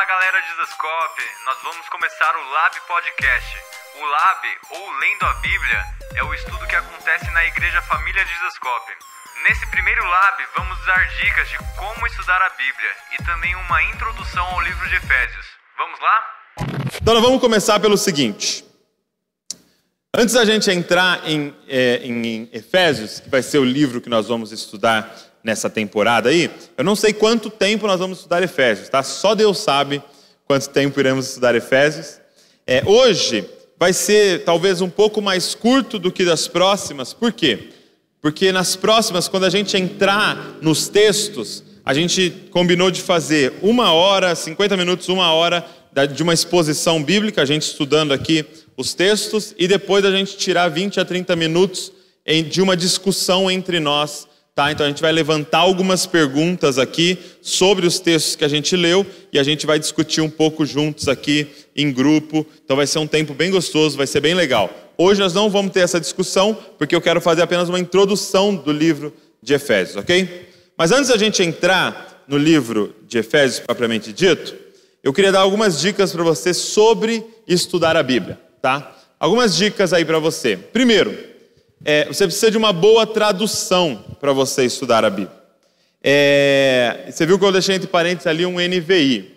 Fala galera de Zascope, nós vamos começar o Lab Podcast. O Lab, ou Lendo a Bíblia, é o estudo que acontece na Igreja Família de Zascope. Nesse primeiro Lab, vamos dar dicas de como estudar a Bíblia e também uma introdução ao livro de Efésios. Vamos lá? Então nós vamos começar pelo seguinte. Antes da gente entrar em Efésios, que vai ser o livro que nós vamos estudar nessa temporada aí, eu não sei quanto tempo nós vamos estudar Efésios, tá? Só Deus sabe quanto tempo iremos estudar Efésios. Hoje vai ser talvez um pouco mais curto do que das próximas. Por quê? Porque nas próximas, quando a gente entrar nos textos, a gente combinou de fazer 1 hora, 50 minutos, 1 hora de uma exposição bíblica, a gente estudando aqui os textos, e depois a gente tirar 20 a 30 minutos de uma discussão entre nós. Tá, então a gente vai levantar algumas perguntas aqui sobre os textos que a gente leu e a gente vai discutir um pouco juntos aqui em grupo. Então vai ser um tempo bem gostoso, vai ser bem legal. Hoje nós não vamos ter essa discussão porque eu quero fazer apenas uma introdução do livro de Efésios, ok? Mas antes da gente entrar no livro de Efésios propriamente dito, eu queria dar algumas dicas para você sobre estudar a Bíblia, tá? Algumas dicas aí para você. Primeiro, você precisa de uma boa tradução para você estudar a Bíblia. Você viu que eu deixei entre parênteses ali um NVI.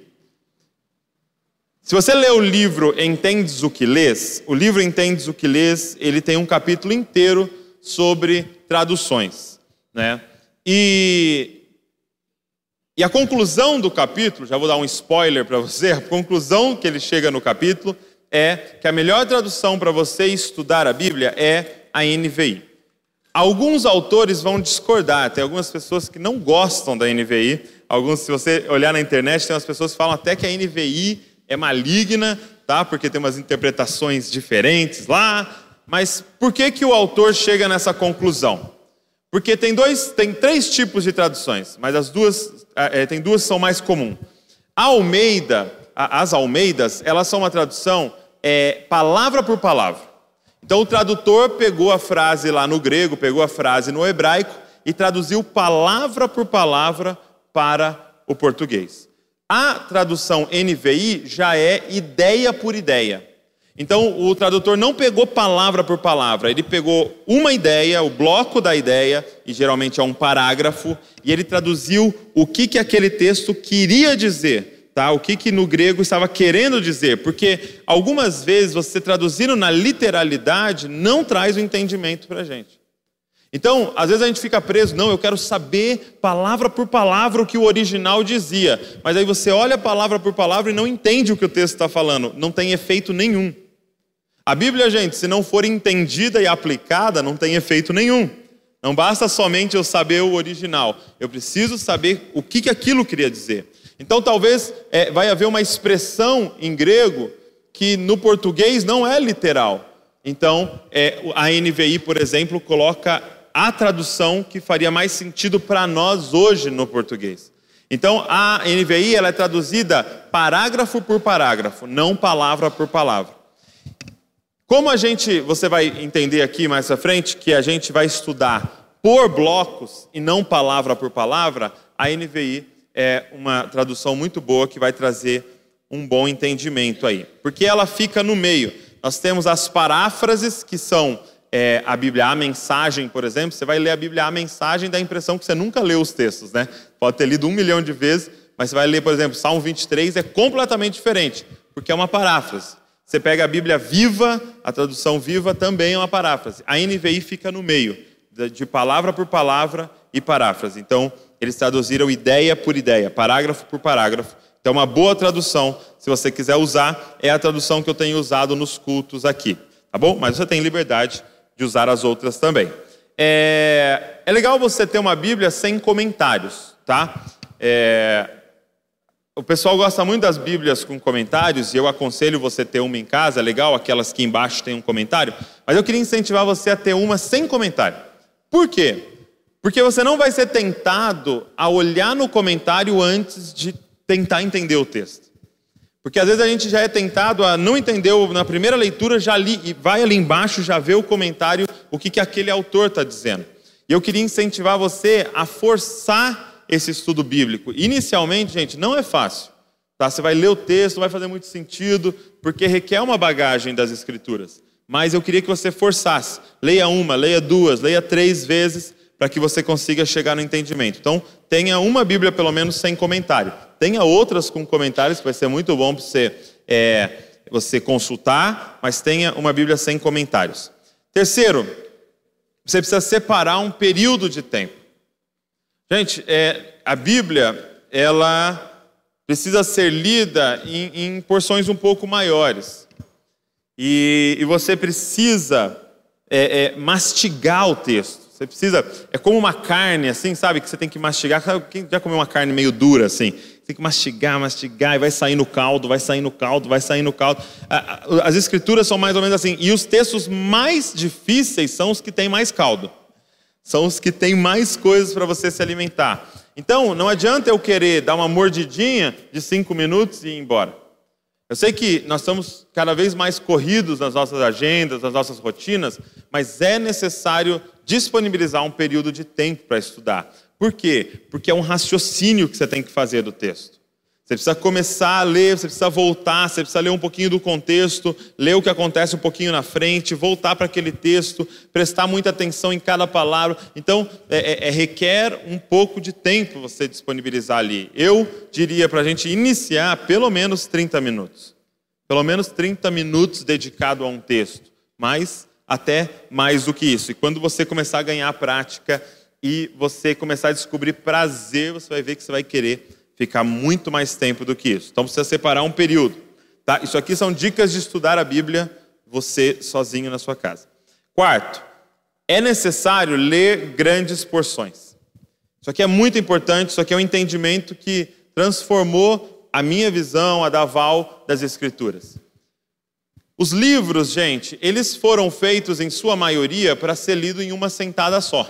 Se você ler o livro Entendes o que Lês, o livro Entendes o que Lês, ele tem um capítulo inteiro sobre traduções, né? E a conclusão do capítulo, já vou dar um spoiler para você, a conclusão que ele chega no capítulo é que a melhor tradução para você estudar a Bíblia é a NVI. Alguns autores vão discordar, tem algumas pessoas que não gostam da NVI, se você olhar na internet, tem umas pessoas que falam até que a NVI é maligna, tá? Porque tem umas interpretações diferentes lá, mas por que o autor chega nessa conclusão? Porque tem 3 tipos de traduções, mas tem duas que são mais comuns. As Almeidas, elas são uma tradução palavra por palavra. Então o tradutor pegou a frase lá no grego, pegou a frase no hebraico e traduziu palavra por palavra para o português. A tradução NVI já é ideia por ideia. Então o tradutor não pegou palavra por palavra, ele pegou uma ideia, o bloco da ideia, e geralmente é um parágrafo, e ele traduziu o que aquele texto queria dizer. Tá? O que no grego estava querendo dizer, porque algumas vezes você traduzindo na literalidade não traz o entendimento para a gente. Então, às vezes a gente fica preso, não, eu quero saber palavra por palavra o que o original dizia, mas aí você olha palavra por palavra e não entende o que o texto está falando, não tem efeito nenhum. A Bíblia, gente, se não for entendida e aplicada, não tem efeito nenhum. Não basta somente eu saber o original, eu preciso saber o que aquilo queria dizer. Então talvez vai haver uma expressão em grego que no português não é literal. Então a NVI, por exemplo, coloca a tradução que faria mais sentido para nós hoje no português. Então a NVI ela é traduzida parágrafo por parágrafo, não palavra por palavra. Como você vai entender aqui mais à frente que a gente vai estudar por blocos e não palavra por palavra, a NVI é uma tradução muito boa que vai trazer um bom entendimento aí. Porque ela fica no meio. Nós temos as paráfrases, que são a Bíblia, a mensagem, por exemplo. Você vai ler a Bíblia, a mensagem, dá a impressão que você nunca leu os textos, né? Pode ter lido 1 milhão de vezes, mas você vai ler, por exemplo, Salmo 23, é completamente diferente, porque é uma paráfrase. Você pega a Bíblia viva, a tradução viva também é uma paráfrase. A NVI fica no meio, de palavra por palavra e paráfrase. Então, eles traduziram ideia por ideia, parágrafo por parágrafo. Então, uma boa tradução, se você quiser usar, é a tradução que eu tenho usado nos cultos aqui. Tá bom? Mas você tem liberdade de usar as outras também. É legal você ter uma Bíblia sem comentários, tá? O pessoal gosta muito das Bíblias com comentários, e eu aconselho você ter uma em casa, é legal, aquelas que embaixo tem um comentário. Mas eu queria incentivar você a ter uma sem comentário. Por quê? Porque você não vai ser tentado a olhar no comentário antes de tentar entender o texto. Porque às vezes a gente já é tentado a não entender na primeira leitura, e vai ali embaixo, já vê o comentário, o que aquele autor está dizendo. E eu queria incentivar você a forçar esse estudo bíblico. Inicialmente, gente, não é fácil. Tá? Você vai ler o texto, não vai fazer muito sentido, porque requer uma bagagem das Escrituras. Mas eu queria que você forçasse. Leia uma, leia duas, leia 3 vezes, para que você consiga chegar no entendimento. Então, tenha uma Bíblia pelo menos sem comentário. Tenha outras com comentários, que vai ser muito bom para você consultar, mas tenha uma Bíblia sem comentários. Terceiro, você precisa separar um período de tempo. Gente, a Bíblia, ela precisa ser lida em porções um pouco maiores. E você precisa mastigar o texto. Você precisa, é como uma carne, assim, sabe? Que você tem que mastigar. Quem já comeu uma carne meio dura, assim? Você tem que mastigar, e vai sair no caldo, vai sair no caldo, vai sair no caldo. As Escrituras são mais ou menos assim. E os textos mais difíceis são os que têm mais caldo. São os que têm mais coisas para você se alimentar. Então, não adianta eu querer dar uma mordidinha de 5 minutos e ir embora. Eu sei que nós estamos cada vez mais corridos nas nossas agendas, nas nossas rotinas, mas é necessário disponibilizar um período de tempo para estudar. Por quê? Porque é um raciocínio que você tem que fazer do texto. Você precisa começar a ler, você precisa voltar, você precisa ler um pouquinho do contexto, ler o que acontece um pouquinho na frente, voltar para aquele texto, prestar muita atenção em cada palavra. Então, requer um pouco de tempo você disponibilizar ali. Eu diria para a gente iniciar pelo menos 30 minutos. Pelo menos 30 minutos dedicado a um texto, mas até mais do que isso. E quando você começar a ganhar prática e você começar a descobrir prazer, você vai ver que você vai querer ficar muito mais tempo do que isso. Então precisa separar um período. Tá? Isso aqui são dicas de estudar a Bíblia você sozinho na sua casa. Quarto, é necessário ler grandes porções. Isso aqui é muito importante, isso aqui é um entendimento que transformou a minha visão, a da Val, das Escrituras. Os livros, gente, eles foram feitos em sua maioria para ser lido em uma sentada só.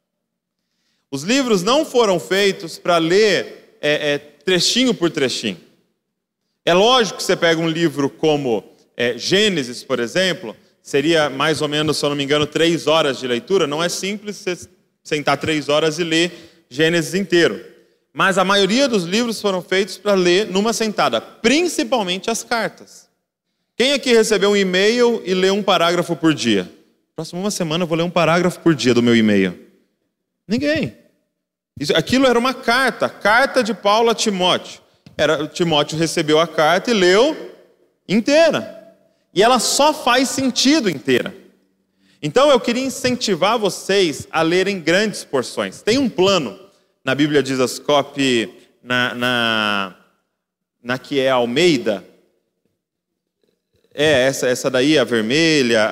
Os livros não foram feitos para ler trechinho por trechinho. É lógico que você pega um livro como Gênesis, por exemplo, seria mais ou menos, se eu não me engano, 3 horas de leitura. Não é simples você sentar 3 horas e ler Gênesis inteiro. Mas a maioria dos livros foram feitos para ler numa sentada, principalmente as cartas. Quem aqui recebeu um e-mail e leu um parágrafo por dia? Próxima uma semana eu vou ler um parágrafo por dia do meu e-mail. Ninguém. Aquilo era uma carta de Paulo a Timóteo. Timóteo recebeu a carta e leu inteira. E ela só faz sentido inteira. Então eu queria incentivar vocês a lerem grandes porções. Tem um plano na Bíblia de Zascope, na que é Almeida. Essa daí, a vermelha,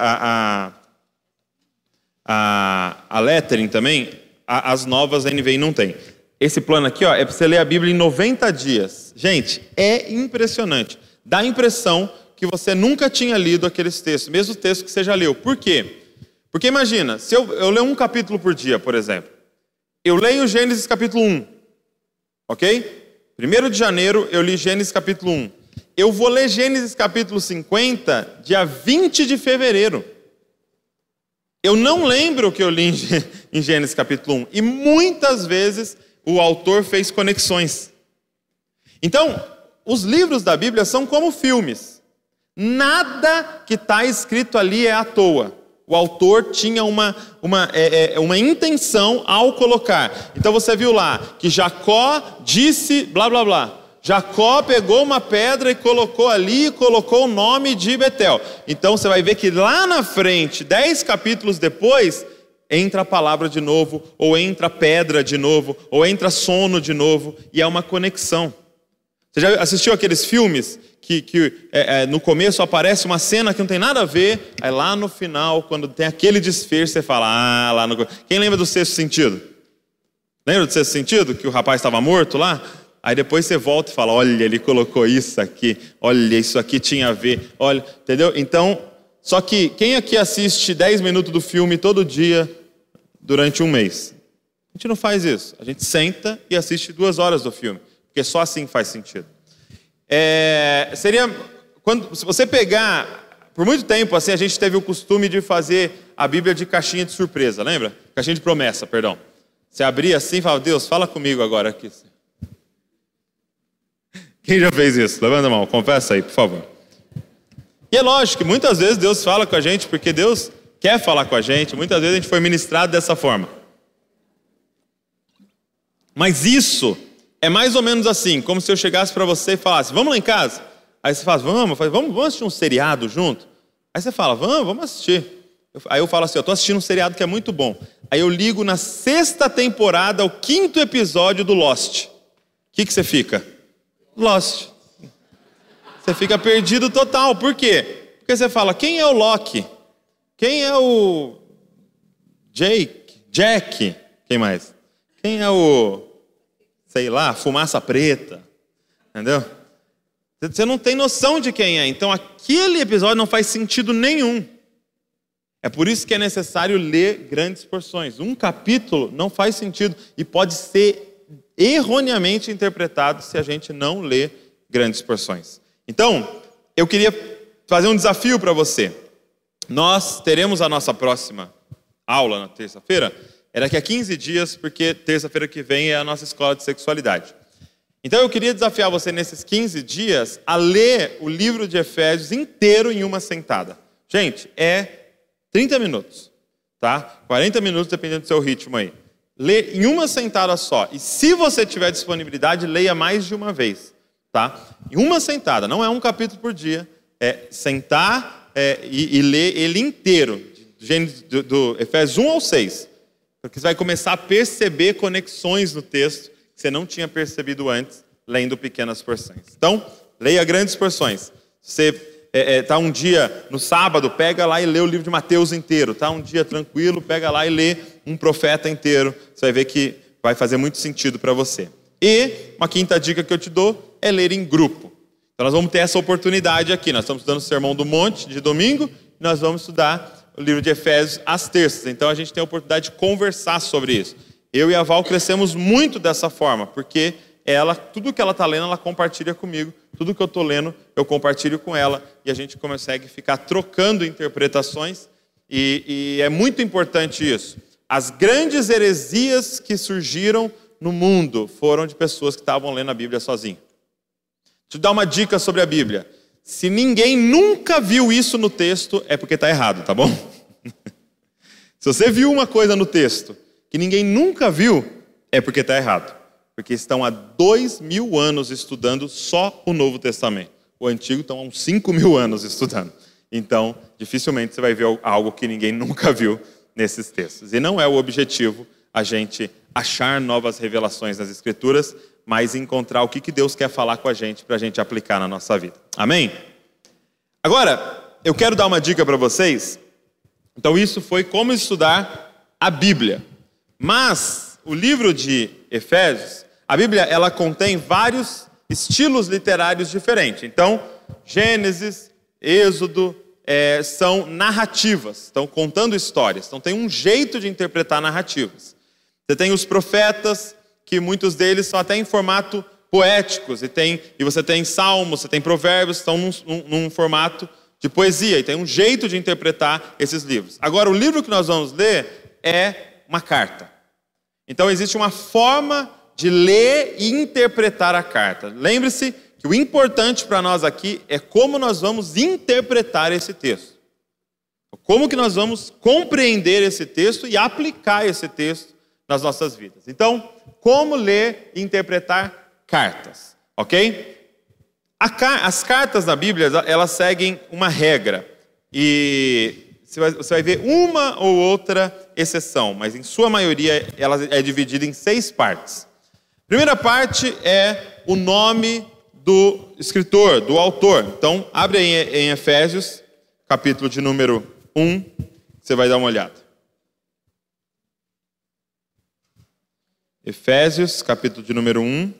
a lettering também. As novas NVI não tem. Esse plano aqui, é para você ler a Bíblia em 90 dias. Gente, é impressionante. Dá a impressão que você nunca tinha lido aqueles textos, mesmo o texto que você já leu. Por quê? Porque imagina, se eu ler um capítulo por dia, por exemplo. Eu leio Gênesis capítulo 1. Ok? 1º de janeiro eu li Gênesis capítulo 1. Eu vou ler Gênesis capítulo 50, dia 20 de fevereiro. Eu não lembro o que eu li em Gênesis capítulo 1. E muitas vezes o autor fez conexões. Então, os livros da Bíblia são como filmes. Nada que está escrito ali é à toa. O autor tinha uma intenção ao colocar. Então você viu lá que Jacó disse blá blá blá. Jacó pegou uma pedra e colocou ali, e colocou o nome de Betel. Então você vai ver que lá na frente, 10 capítulos depois, entra a palavra de novo, ou entra a pedra de novo, ou entra sono de novo, e é uma conexão. Você já assistiu aqueles filmes que no começo aparece uma cena que não tem nada a ver, aí lá no final, quando tem aquele desfecho, você fala, lá no... Quem lembra do Sexto Sentido? Lembra do Sexto Sentido? Que o rapaz estava morto lá? Aí depois você volta e fala, olha, ele colocou isso aqui, olha, isso aqui tinha a ver, olha, entendeu? Então, só que quem aqui assiste 10 minutos do filme todo dia durante um mês? A gente não faz isso. A gente senta e assiste 2 horas do filme, porque só assim faz sentido. Se você pegar, por muito tempo assim, a gente teve o costume de fazer a Bíblia de caixinha de surpresa, lembra? Caixinha de promessa, perdão. Você abria assim e falava, Deus, fala comigo agora aqui. Quem já fez isso? Levanta a mão, confessa aí, por favor. E é lógico que muitas vezes Deus fala com a gente porque Deus quer falar com a gente. Muitas vezes a gente foi ministrado dessa forma. Mas isso é mais ou menos assim, como se eu chegasse para você e falasse, vamos lá em casa? Aí você fala, vamos assistir um seriado junto? Aí você fala, vamos assistir. Aí eu falo assim, eu estou assistindo um seriado que é muito bom. Aí eu ligo na 6ª temporada, o 5º episódio do Lost. O que você fica? Lost. Você fica perdido total. Por quê? Porque você fala, quem é o Loki? Quem é o Jack? Quem mais? Quem é o, sei lá, Fumaça Preta? Entendeu? Você não tem noção de quem é. Então aquele episódio não faz sentido nenhum. É por isso que é necessário ler grandes porções. Um capítulo não faz sentido e pode ser erroneamente interpretado se a gente não lê grandes porções. Então, eu queria fazer um desafio para você. Nós teremos a nossa próxima aula na terça-feira. É daqui a 15 dias, porque terça-feira que vem é a nossa escola de sexualidade. Então eu queria desafiar você nesses 15 dias a ler o livro de Efésios inteiro em uma sentada. Gente, é 30 minutos, tá? 40 minutos, dependendo do seu ritmo aí. Lê em uma sentada só. E se você tiver disponibilidade, leia mais de uma vez, tá? Em uma sentada, não é um capítulo por dia. É sentar e ler ele inteiro, do Efésios 1 ao 6. Porque você vai começar a perceber conexões no texto que você não tinha percebido antes, lendo pequenas porções. Então, leia grandes porções. Você está um dia no sábado, pega lá e lê o livro de Mateus inteiro. Está um dia tranquilo, pega lá e lê um profeta inteiro. Você vai ver que vai fazer muito sentido para você. E uma quinta dica que eu te dou é ler em grupo. Então nós vamos ter essa oportunidade aqui. Nós estamos estudando o Sermão do Monte de domingo e nós vamos estudar o livro de Efésios às terças. Então a gente tem a oportunidade de conversar sobre isso. Eu e a Val crescemos muito dessa forma, porque tudo que ela está lendo, ela compartilha comigo. Tudo que eu estou lendo, eu compartilho com ela. E a gente consegue ficar trocando interpretações. E é muito importante isso. As grandes heresias que surgiram no mundo foram de pessoas que estavam lendo a Bíblia sozinhas. Deixa eu dar uma dica sobre a Bíblia. Se ninguém nunca viu isso no texto, é porque está errado, tá bom? Se você viu uma coisa no texto que ninguém nunca viu, é porque está errado. Porque estão há 2000 anos estudando só o Novo Testamento. O Antigo estão há uns 5000 anos estudando. Então, dificilmente você vai ver algo que ninguém nunca viu nesses textos. E não é o objetivo a gente achar novas revelações nas Escrituras, mas encontrar o que Deus quer falar com a gente para a gente aplicar na nossa vida. Amém? Agora, eu quero dar uma dica para vocês. Então, isso foi como estudar a Bíblia. Mas o livro de Efésios, a Bíblia, ela contém vários estilos literários diferentes. Então, Gênesis, Êxodo, são narrativas, estão contando histórias. Então, tem um jeito de interpretar narrativas. Você tem os profetas, que muitos deles são até em formato poéticos. E você tem salmos, você tem provérbios, estão num formato de poesia. E tem um jeito de interpretar esses livros. Agora, o livro que nós vamos ler é uma carta. Então existe uma forma de ler e interpretar a carta. Lembre-se que o importante para nós aqui é como nós vamos interpretar esse texto. Como que nós vamos compreender esse texto e aplicar esse texto nas nossas vidas. Então, como ler e interpretar cartas, ok? As cartas na Bíblia, elas seguem uma regra. E você vai ver uma ou outra exceção, mas em sua maioria ela é dividida em 6 partes. A primeira parte é o nome do escritor, do autor. Então, abre aí em Efésios, capítulo de número 1, você vai dar uma olhada. Efésios, capítulo de número 1.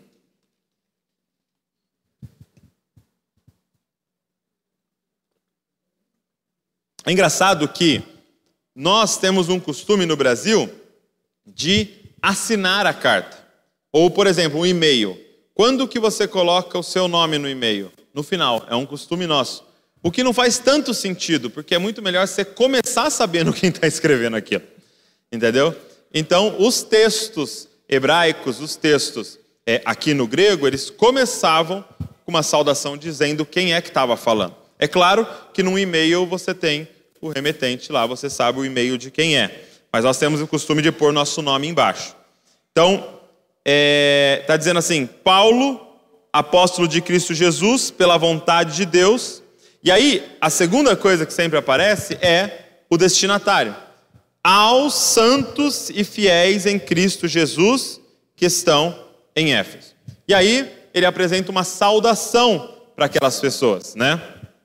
É engraçado que nós temos um costume no Brasil de assinar a carta. Ou, por exemplo, um e-mail. Quando que você coloca o seu nome no e-mail? No final. É um costume nosso. O que não faz tanto sentido, porque é muito melhor você começar sabendo quem está escrevendo aquilo. Entendeu? Então, os textos hebraicos, os textos aqui no grego, eles começavam com uma saudação dizendo quem é que estava falando. É claro que num e-mail você tem o remetente lá, você sabe o e-mail de quem é. Mas nós temos o costume de pôr nosso nome embaixo. Então, está dizendo assim, Paulo, apóstolo de Cristo Jesus, pela vontade de Deus. E aí, a segunda coisa que sempre aparece é o destinatário. Aos santos e fiéis em Cristo Jesus que estão em Éfeso. E aí, ele apresenta uma saudação para aquelas pessoas, né?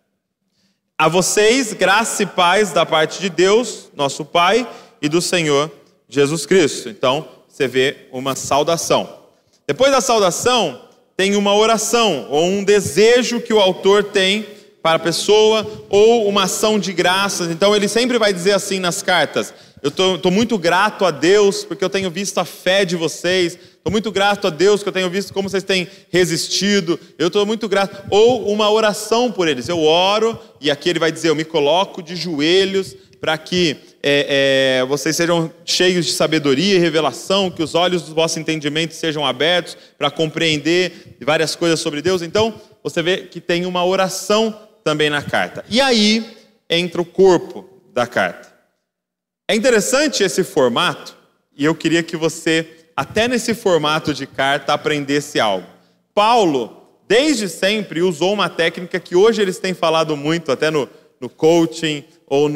A vocês, graça e paz da parte de Deus, nosso Pai, e do Senhor Jesus Cristo. Então, você vê uma saudação. Depois da saudação, tem uma oração, ou um desejo que o autor tem para a pessoa, ou uma ação de graças. Então, ele sempre vai dizer assim nas cartas, eu estou muito grato a Deus, porque eu tenho visto a fé de vocês, estou muito grato a Deus, que eu tenho visto como vocês têm resistido, eu estou muito grato. Ou uma oração por eles, eu oro, e aqui ele vai dizer, eu me coloco de joelhos, para que vocês sejam cheios de sabedoria e revelação, que os olhos do vosso entendimento sejam abertos para compreender várias coisas sobre Deus. Então, você vê que tem uma oração também na carta. E aí entra o corpo da carta. É interessante esse formato, e eu queria que você, até nesse formato de carta, aprendesse algo. Paulo, desde sempre, usou uma técnica que hoje eles têm falado muito, até no coaching, ou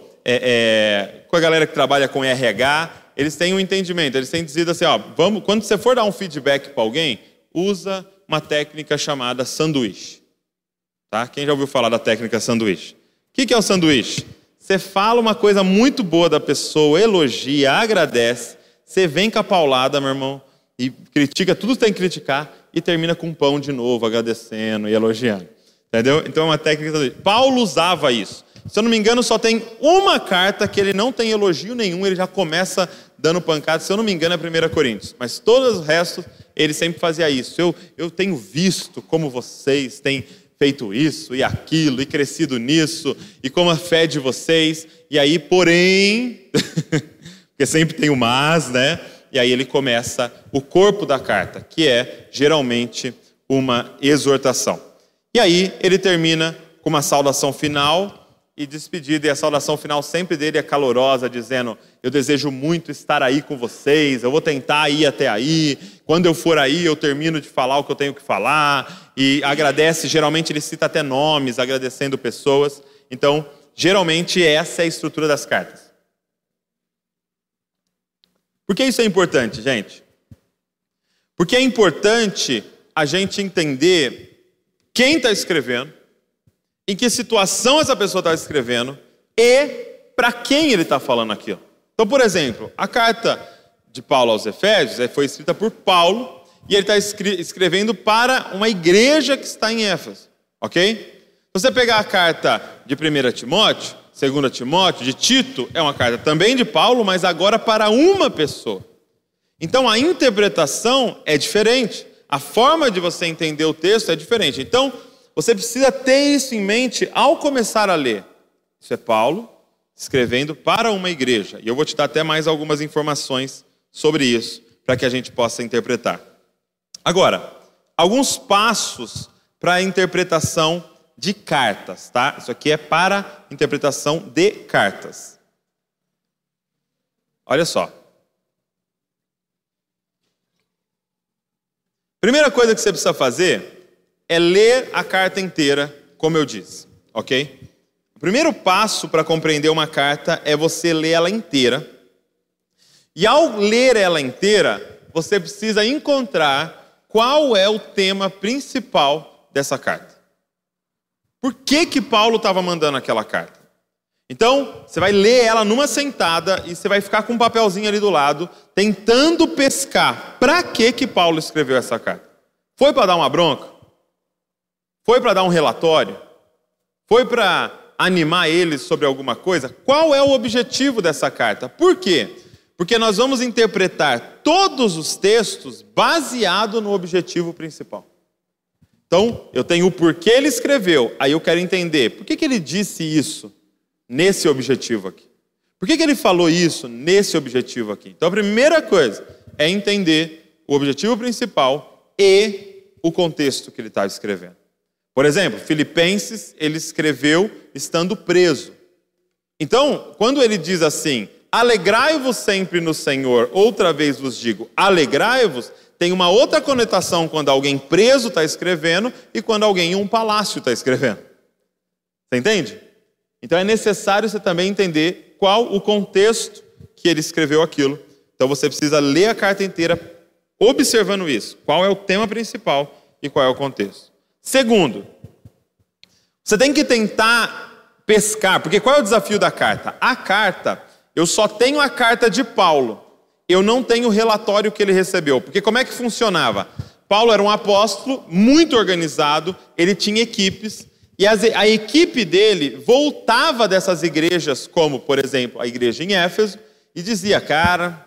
com a galera que trabalha com RH, eles têm um entendimento, eles têm dizido assim, quando você for dar um feedback para alguém, usa uma técnica chamada sanduíche. Tá? Quem já ouviu falar da técnica sanduíche? O que é o sanduíche? Você fala uma coisa muito boa da pessoa, elogia, agradece, você vem com a paulada, meu irmão, e critica, tudo tem que criticar, e termina com um pão de novo, agradecendo e elogiando. Entendeu? Então é uma técnica sanduíche. Paulo usava isso. Se eu não me engano, só tem uma carta que ele não tem elogio nenhum, ele já começa dando pancada. Se eu não me engano, é 1 Coríntios. Mas todos os restos, ele sempre fazia isso. Eu tenho visto como vocês têm feito isso e aquilo, e crescido nisso, e como a fé de vocês. E aí, porém, porque sempre tem o mas, né? E aí ele começa o corpo da carta, que é geralmente uma exortação. E aí ele termina com uma saudação final e despedida, e a saudação final sempre dele é calorosa, dizendo, eu desejo muito estar aí com vocês, eu vou tentar ir até aí, quando eu for aí eu termino de falar o que eu tenho que falar, e agradece, geralmente ele cita até nomes, agradecendo pessoas. Então, geralmente essa é a estrutura das cartas. Por que isso é importante, gente? Porque é importante a gente entender quem está escrevendo, em que situação essa pessoa está escrevendo e para quem ele está falando aquilo. Então, por exemplo, a carta de Paulo aos Efésios foi escrita por Paulo e ele está escrevendo para uma igreja que está em Éfeso, ok? Se você pegar a carta de 1 Timóteo, 2 Timóteo, de Tito, é uma carta também de Paulo, mas agora para uma pessoa. Então, a interpretação é diferente. A forma de você entender o texto é diferente. Então, você precisa ter isso em mente ao começar a ler. Isso é Paulo escrevendo para uma igreja. E eu vou te dar até mais algumas informações sobre isso, para que a gente possa interpretar. Agora, alguns passos para a interpretação de cartas, tá? Isso aqui é para interpretação de cartas. Olha só. Primeira coisa que você precisa fazer é ler a carta inteira, como eu disse, ok? O primeiro passo para compreender uma carta é você ler ela inteira. E ao ler ela inteira, você precisa encontrar qual é o tema principal dessa carta. Por que Paulo estava mandando aquela carta? Então, você vai ler ela numa sentada e você vai ficar com um papelzinho ali do lado, tentando pescar. Para que Paulo escreveu essa carta? Foi para dar uma bronca? Foi para dar um relatório? Foi para animar eles sobre alguma coisa? Qual é o objetivo dessa carta? Por quê? Porque nós vamos interpretar todos os textos baseado no objetivo principal. Então, eu tenho o porquê ele escreveu, aí eu quero entender por que ele disse isso nesse objetivo aqui. Por que ele falou isso nesse objetivo aqui? Então, a primeira coisa é entender o objetivo principal e o contexto que ele está escrevendo. Por exemplo, Filipenses, ele escreveu estando preso. Então, quando ele diz assim, alegrai-vos sempre no Senhor, outra vez vos digo, alegrai-vos, tem uma outra conotação quando alguém preso está escrevendo e quando alguém em um palácio está escrevendo. Você entende? Então é necessário você também entender qual o contexto que ele escreveu aquilo. Então você precisa ler a carta inteira observando isso. Qual é o tema principal e qual é o contexto. Segundo, você tem que tentar pescar, porque qual é o desafio da carta? A carta, eu só tenho a carta de Paulo. Eu não tenho o relatório que ele recebeu. Porque como é que funcionava? Paulo era um apóstolo muito organizado, ele tinha equipes, e a equipe dele voltava dessas igrejas, como, por exemplo, a igreja em Éfeso, e dizia, cara,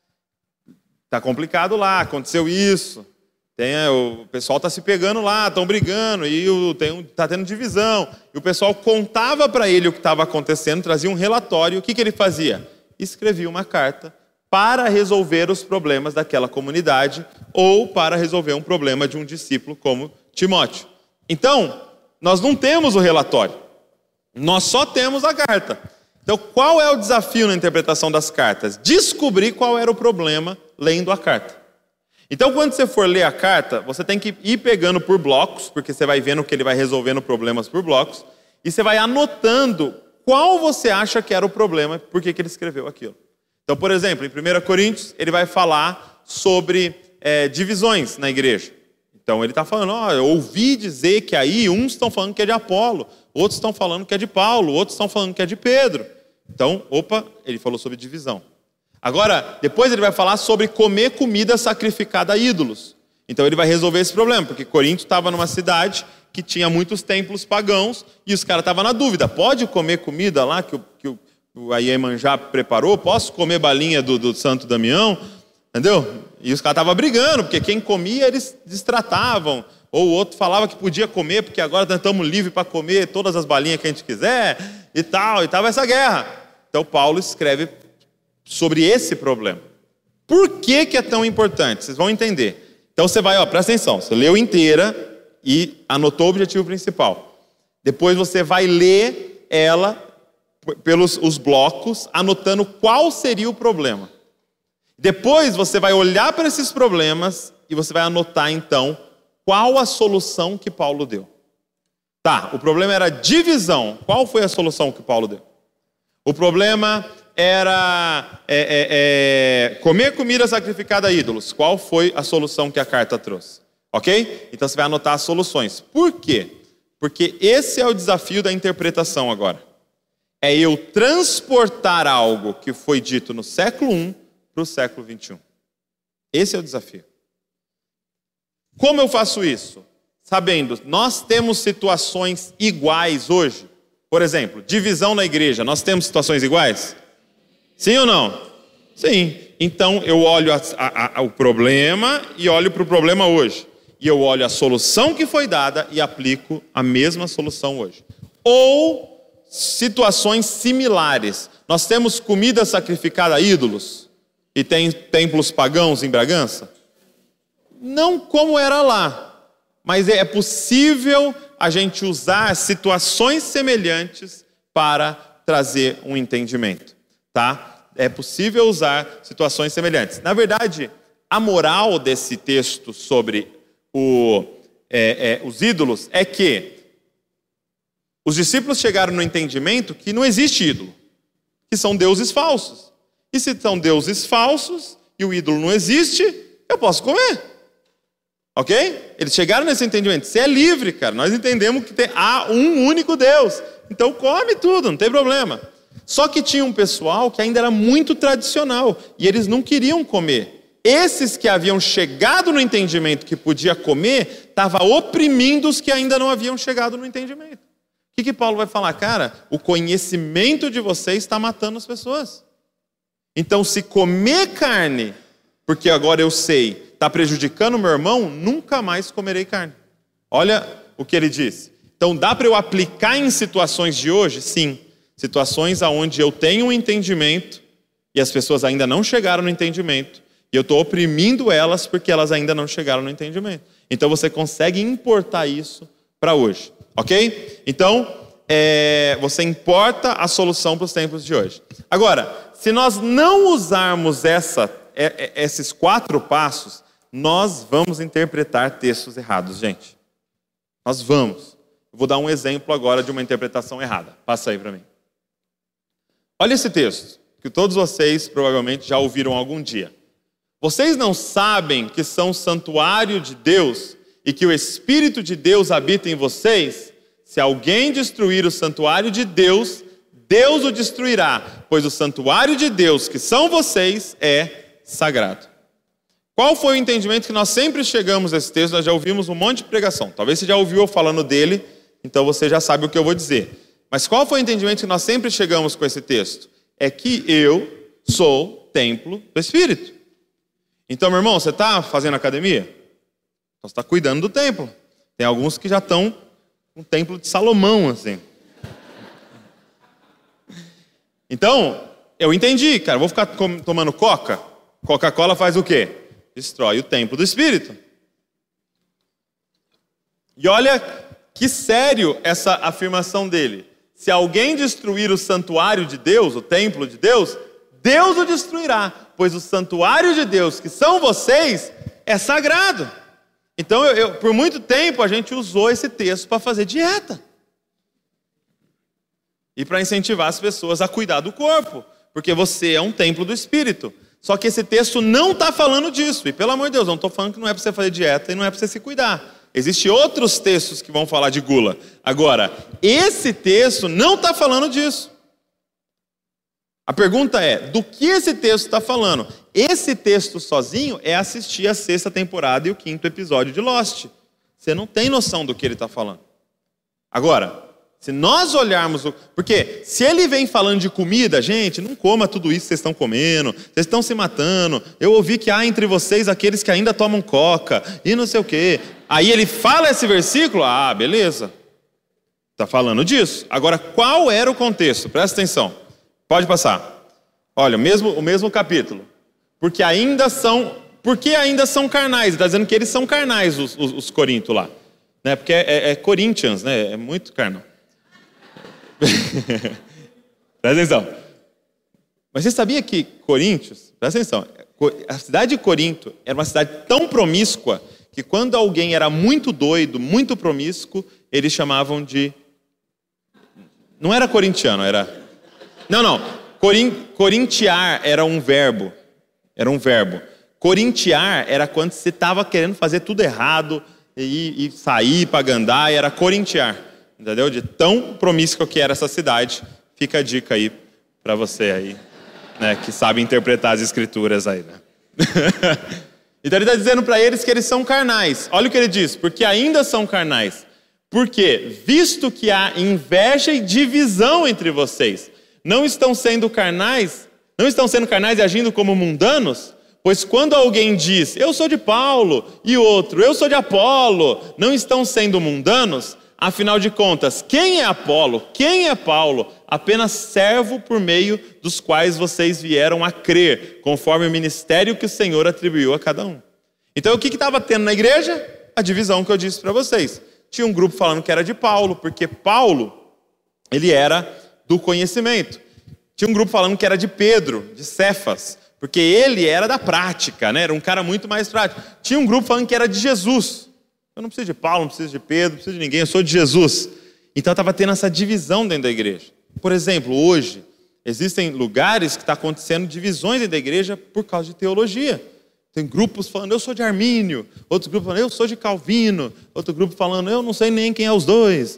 tá complicado lá, aconteceu isso, o pessoal está se pegando lá, estão brigando, e está tendo divisão. E o pessoal contava para ele o que estava acontecendo, trazia um relatório, o que ele fazia? Escrevia uma carta para resolver os problemas daquela comunidade ou para resolver um problema de um discípulo como Timóteo. Então, nós não temos o relatório, nós só temos a carta. Então, qual é o desafio na interpretação das cartas? Descobrir qual era o problema lendo a carta. Então, quando você for ler a carta, você tem que ir pegando por blocos, porque você vai vendo que ele vai resolvendo problemas por blocos, e você vai anotando qual você acha que era o problema, por que ele escreveu aquilo. Então, por exemplo, em 1 Coríntios, ele vai falar sobre divisões na igreja. Então, ele está falando, eu ouvi dizer que aí uns estão falando que é de Apolo, outros estão falando que é de Paulo, outros estão falando que é de Pedro. Então, ele falou sobre divisão. Agora, depois ele vai falar sobre comer comida sacrificada a ídolos. Então, ele vai resolver esse problema, porque Corinto estava numa cidade que tinha muitos templos pagãos e os caras estavam na dúvida, pode comer comida lá que a Iemanjá preparou? Posso comer balinha do Santo Damião? Entendeu? E os caras estavam brigando, porque quem comia eles destratavam. Ou o outro falava que podia comer, porque agora nós estamos livres para comer todas as balinhas que a gente quiser, e tal, e estava essa guerra. Então Paulo escreve sobre esse problema. Por que é tão importante? Vocês vão entender. Então você vai, presta atenção, você leu inteira e anotou o objetivo principal. Depois você vai ler ela pelos os blocos, anotando qual seria o problema. Depois você vai olhar para esses problemas e você vai anotar então qual a solução que Paulo deu. Tá, o problema era divisão. Qual foi a solução que Paulo deu? O problema era comer comida sacrificada a ídolos. Qual foi a solução que a carta trouxe? Ok? Então você vai anotar as soluções. Por quê? Porque esse é o desafio da interpretação agora. É eu transportar algo que foi dito no século I para o século XXI. Esse é o desafio. Como eu faço isso? Sabendo, nós temos situações iguais hoje. Por exemplo, divisão na igreja. Nós temos situações iguais? Sim ou não? Sim. Então eu olho o problema e olho para o problema hoje. E eu olho a solução que foi dada e aplico a mesma solução hoje. Ou situações similares. Nós temos comida sacrificada a ídolos e tem templos pagãos em Bragança? Não como era lá, mas é possível a gente usar situações semelhantes para trazer um entendimento, tá? É possível usar situações semelhantes. Na verdade, a moral desse texto sobre os ídolos é que os discípulos chegaram no entendimento que não existe ídolo, que são deuses falsos. E se são deuses falsos e o ídolo não existe, eu posso comer. Ok? Eles chegaram nesse entendimento. Você é livre, cara. Nós entendemos que há um único Deus. Então come tudo, não tem problema. Só que tinha um pessoal que ainda era muito tradicional e eles não queriam comer. Esses que haviam chegado no entendimento que podia comer, estavam oprimindo os que ainda não haviam chegado no entendimento. O que Paulo vai falar? Cara, o conhecimento de vocês está matando as pessoas. Então, se comer carne, porque agora eu sei, está prejudicando o meu irmão, nunca mais comerei carne. Olha o que ele disse. Então, dá para eu aplicar em situações de hoje? Sim. Situações onde eu tenho um entendimento e as pessoas ainda não chegaram no entendimento. E eu estou oprimindo elas porque elas ainda não chegaram no entendimento. Então, você consegue importar isso para hoje, ok? Então, você importa a solução para os tempos de hoje. Agora, se nós não usarmos esses 4 passos, nós vamos interpretar textos errados, gente. Nós vamos. Eu vou dar um exemplo agora de uma interpretação errada. Passa aí para mim. Olha esse texto, que todos vocês provavelmente já ouviram algum dia. Vocês não sabem que são santuário de Deus e que o Espírito de Deus habita em vocês? Se alguém destruir o santuário de Deus, Deus o destruirá, pois o santuário de Deus, que são vocês, é sagrado. Qual foi o entendimento que nós sempre chegamos a esse texto? Nós já ouvimos um monte de pregação. Talvez você já ouviu eu falando dele, então você já sabe o que eu vou dizer. Mas qual foi o entendimento que nós sempre chegamos com esse texto? É que eu sou templo do Espírito. Então, meu irmão, você está fazendo academia? Então você está cuidando do templo. Tem alguns que já estão no templo de Salomão, assim. Então, eu entendi, cara. Vou ficar tomando coca? Coca-Cola faz o quê? Destrói o templo do Espírito. E olha que sério essa afirmação dele. Se alguém destruir o santuário de Deus, o templo de Deus, Deus o destruirá, pois o santuário de Deus, que são vocês, é sagrado. Então, por muito tempo, a gente usou esse texto para fazer dieta. E para incentivar as pessoas a cuidar do corpo. Porque você é um templo do Espírito. Só que esse texto não está falando disso. E pelo amor de Deus, não estou falando que não é para você fazer dieta e não é para você se cuidar. Existem outros textos que vão falar de gula. Agora, esse texto não está falando disso. A pergunta é, do que esse texto está falando? Esse texto sozinho é assistir a 6ª temporada e o 5º episódio de Lost. Você não tem noção do que ele está falando. Agora, se nós olharmos... Porque se ele vem falando de comida, gente, não coma tudo isso que vocês estão comendo, vocês estão se matando. Eu ouvi que há entre vocês aqueles que ainda tomam coca e não sei o quê. Aí ele fala esse versículo, beleza. Está falando disso. Agora, qual era o contexto? Presta atenção. Pode passar. Olha, o mesmo capítulo. Porque ainda são carnais. Ele está dizendo que eles são carnais, os Corintos lá. Né? Porque é Corinthians, né? É muito carnal. Presta atenção. Mas você sabia que Coríntios, presta atenção, a cidade de Corinto era uma cidade tão promíscua que quando alguém era muito doido, muito promíscuo, eles chamavam de... Não era corintiano, era... Não. Corintiar era um verbo. Era um verbo. Corintiar era quando você estava querendo fazer tudo errado e sair para gandar, era corintiar. Entendeu? De tão promíscua que era essa cidade. Fica a dica aí para você aí, né, que sabe interpretar as escrituras aí, né? Então ele está dizendo para eles que eles são carnais. Olha o que ele diz, porque ainda são carnais. Porque, visto que há inveja e divisão entre vocês, não estão sendo carnais e agindo como mundanos? Pois quando alguém diz, eu sou de Paulo, e outro, eu sou de Apolo, não estão sendo mundanos? Afinal de contas, quem é Apolo? Quem é Paulo? Apenas servo por meio dos quais vocês vieram a crer, conforme o ministério que o Senhor atribuiu a cada um. Então o que estava tendo na igreja? A divisão que eu disse para vocês. Tinha um grupo falando que era de Paulo, porque Paulo, ele era do conhecimento. Tinha um grupo falando que era de Pedro, de Cefas, porque ele era da prática, né? Era um cara muito mais prático. Tinha um grupo falando que era de Jesus. Eu não preciso de Paulo, não preciso de Pedro, não preciso de ninguém, eu sou de Jesus. Então estava tendo essa divisão dentro da igreja. Por exemplo, hoje, existem lugares que está acontecendo divisões dentro da igreja por causa de teologia. Tem grupos falando, eu sou de Armínio, outro grupo falando, eu sou de Calvino, outro grupo falando, eu não sei nem quem é os dois.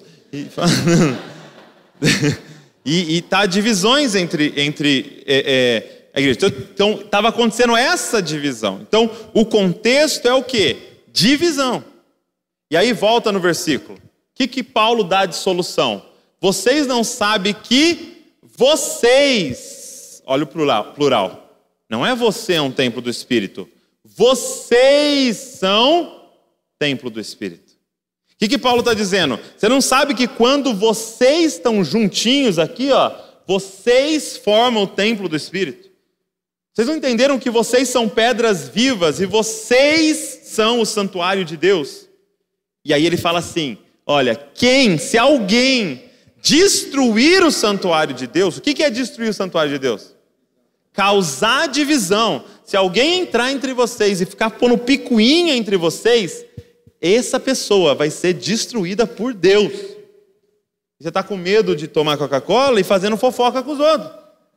E tá divisões entre a igreja. Então estava acontecendo essa divisão. Então o contexto é o quê? Divisão. E aí volta no versículo. O que Paulo dá de solução? Vocês não sabem que vocês, olha o plural, não é você é um templo do Espírito, vocês são templo do Espírito. O que Paulo está dizendo? Você não sabe que quando vocês estão juntinhos aqui, vocês formam o templo do Espírito? Vocês não entenderam que vocês são pedras vivas e vocês são o santuário de Deus? E aí ele fala assim, olha, se alguém destruir o santuário de Deus, o que é destruir o santuário de Deus? Causar divisão. Se alguém entrar entre vocês e ficar pondo picuinha entre vocês, essa pessoa vai ser destruída por Deus. Você está com medo de tomar Coca-Cola e fazendo fofoca com os outros.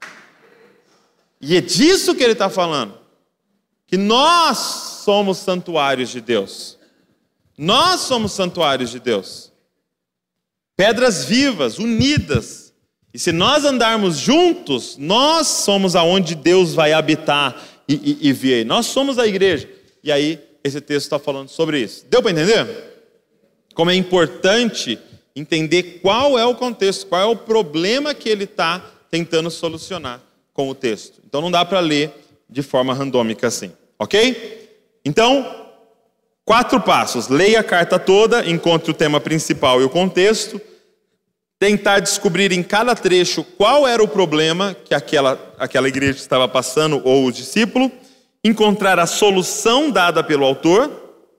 E é disso que ele está falando. Que nós somos santuários de Deus. Nós somos santuários de Deus. Pedras vivas, unidas. E se nós andarmos juntos, nós somos aonde Deus vai habitar e vir. Nós somos a igreja. E aí, esse texto está falando sobre isso. Deu para entender? Como é importante entender qual é o contexto, qual é o problema que ele está tentando solucionar com o texto. Então não dá para ler de forma randômica assim, ok? Então, 4 passos. Leia a carta toda, encontre o tema principal e o contexto. Tentar descobrir em cada trecho qual era o problema que aquela igreja estava passando, ou o discípulo. Encontrar a solução dada pelo autor